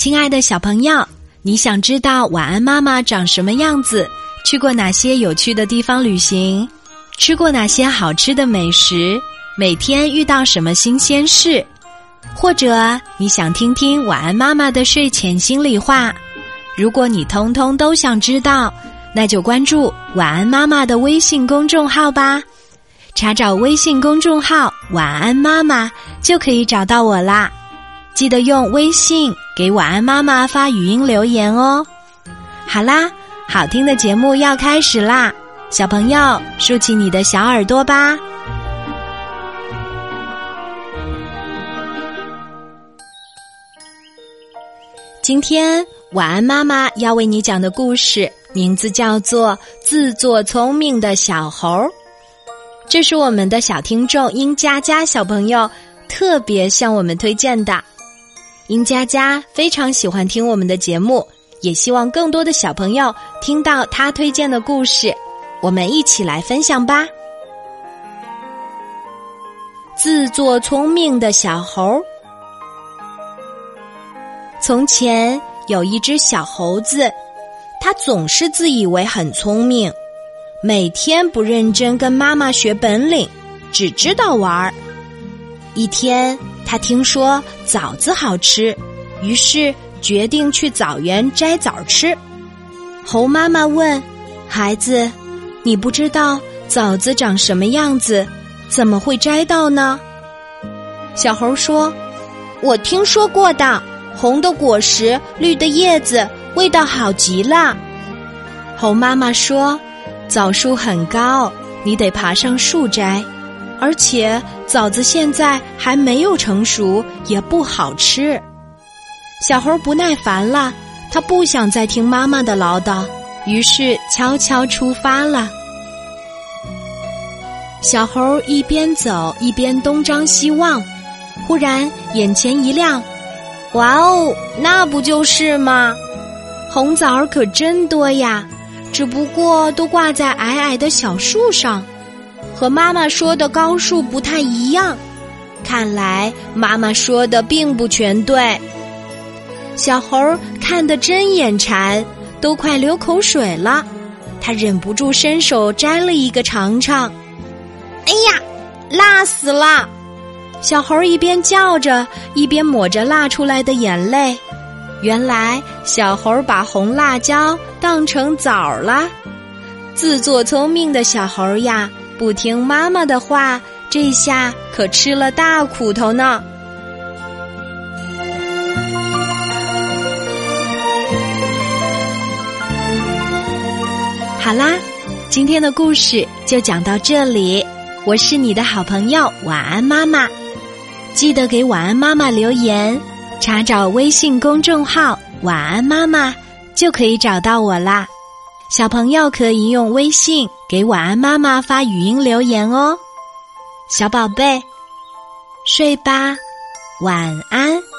亲爱的小朋友，你想知道晚安妈妈长什么样子？去过哪些有趣的地方旅行？吃过哪些好吃的美食？每天遇到什么新鲜事？或者你想听听晚安妈妈的睡前心里话？如果你通通都想知道，那就关注晚安妈妈的微信公众号吧。查找微信公众号晚安妈妈就可以找到我啦。记得用微信给晚安妈妈发语音留言哦。好啦，好听的节目要开始啦，小朋友竖起你的小耳朵吧。今天晚安妈妈要为你讲的故事名字叫做自作聪明的小猴。这是我们的小听众殷佳佳小朋友特别向我们推荐的。殷佳佳非常喜欢听我们的节目，也希望更多的小朋友听到她推荐的故事，我们一起来分享吧。自作聪明的小猴。从前有一只小猴子，它总是自以为很聪明，每天不认真跟妈妈学本领，只知道玩。一天，他听说枣子好吃，于是决定去枣园摘枣吃。猴妈妈问：“孩子，你不知道枣子长什么样子，怎么会摘到呢？”小猴说：“我听说过的，红的果实，绿的叶子，味道好极了。”猴妈妈说：“枣树很高，你得爬上树摘，而且枣子现在还没有成熟，也不好吃。”小猴不耐烦了，他不想再听妈妈的唠叨，于是悄悄出发了。小猴一边走一边东张西望，忽然眼前一亮，哇哦，那不就是吗？红枣可真多呀，只不过都挂在矮矮的小树上，和妈妈说的高树不太一样，看来妈妈说的并不全对。小猴看得真眼馋，都快流口水了，他忍不住伸手摘了一个尝尝。哎呀，辣死了！小猴一边叫着，一边抹着辣出来的眼泪。原来小猴把红辣椒当成枣了。自作聪明的小猴呀，不听妈妈的话，这下可吃了大苦头呢。好啦，今天的故事就讲到这里，我是你的好朋友晚安妈妈。记得给晚安妈妈留言，查找微信公众号晚安妈妈就可以找到我啦。小朋友可以用微信给晚安妈妈发语音留言哦。小宝贝，睡吧，晚安。